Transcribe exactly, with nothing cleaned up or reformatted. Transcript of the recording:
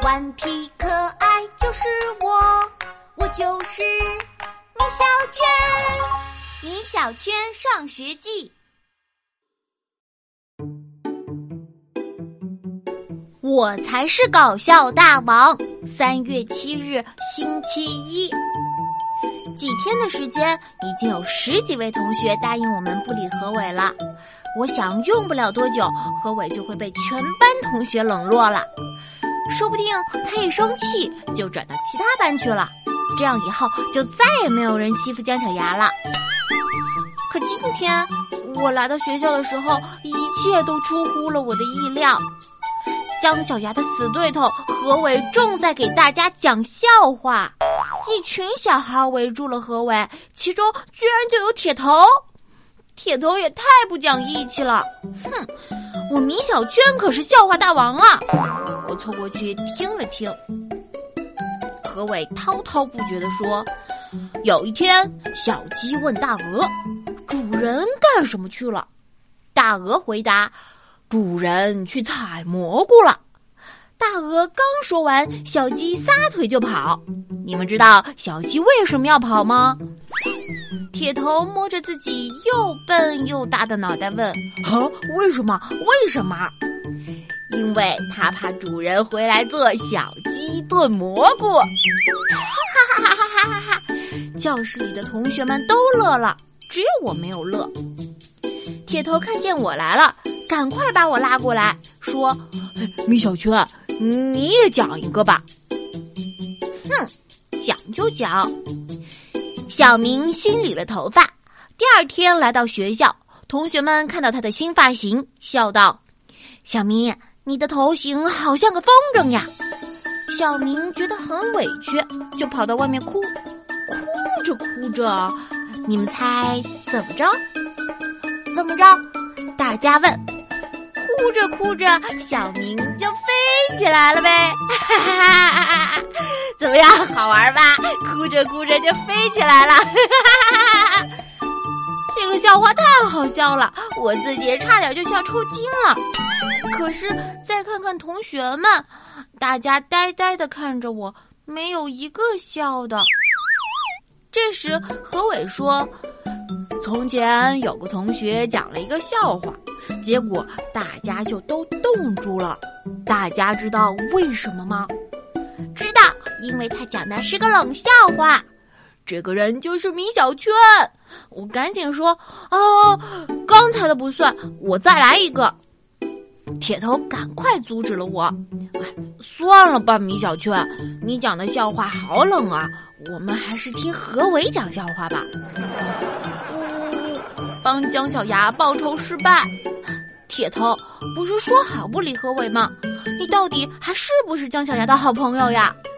顽皮可爱就是我，我就是米小圈。米小圈上学记。我才是搞笑大王。三月七日，星期一。几天的时间，已经有十几位同学答应我们不理何伟了。我想用不了多久，何伟就会被全班同学冷落了。说不定他一生气就转到其他班去了，这样以后就再也没有人欺负姜小牙了。可今天我来到学校的时候，一切都出乎了我的意料。姜小牙的死对头何伟正在给大家讲笑话，一群小孩围住了何伟，其中居然就有铁头。铁头也太不讲义气了，哼！我米小圈可是笑话大王啊！我凑过去听了听，何伟滔滔不绝地说：有一天，小鸡问大鹅，主人干什么去了？大鹅回答：主人去采蘑菇了。大鹅刚说完，小鸡撒腿就跑。你们知道小鸡为什么要跑吗？铁头摸着自己又笨又大的脑袋问：啊，为什么？为什么？因为他怕主人回来做小鸡炖蘑菇。哈哈哈哈哈哈哈！教室里的同学们都乐了，只有我没有乐。铁头看见我来了，赶快把我拉过来，说：米小圈，你也讲一个吧。哼，讲就讲。小明新理了头发，第二天来到学校，同学们看到他的新发型，笑道：小明，你的头型好像个风筝呀。小明觉得很委屈，就跑到外面哭。哭着哭着，你们猜怎么着？怎么着？大家问。哭着哭着，小明就飞起来了呗！哈哈哈哈！怎么样，好玩吧？哭着哭着就飞起来了！哈哈哈哈！这个笑话太好笑了，我自己差点就笑抽筋了。可是再看看同学们，大家呆呆地看着我，没有一个笑的。这时何伟说：从前有个同学讲了一个笑话，结果大家就都冻住了。大家知道为什么吗？知道，因为他讲的是个冷笑话。这个人就是米小圈。我赶紧说：哦，刚才的不算，我再来一个。铁头赶快阻止了我。哎，算了吧，米小圈，你讲的笑话好冷啊，我们还是听何伟讲笑话吧。嗯，帮姜小牙报仇失败。铁头，不是说好不理何伟吗？你到底还是不是姜小牙的好朋友呀？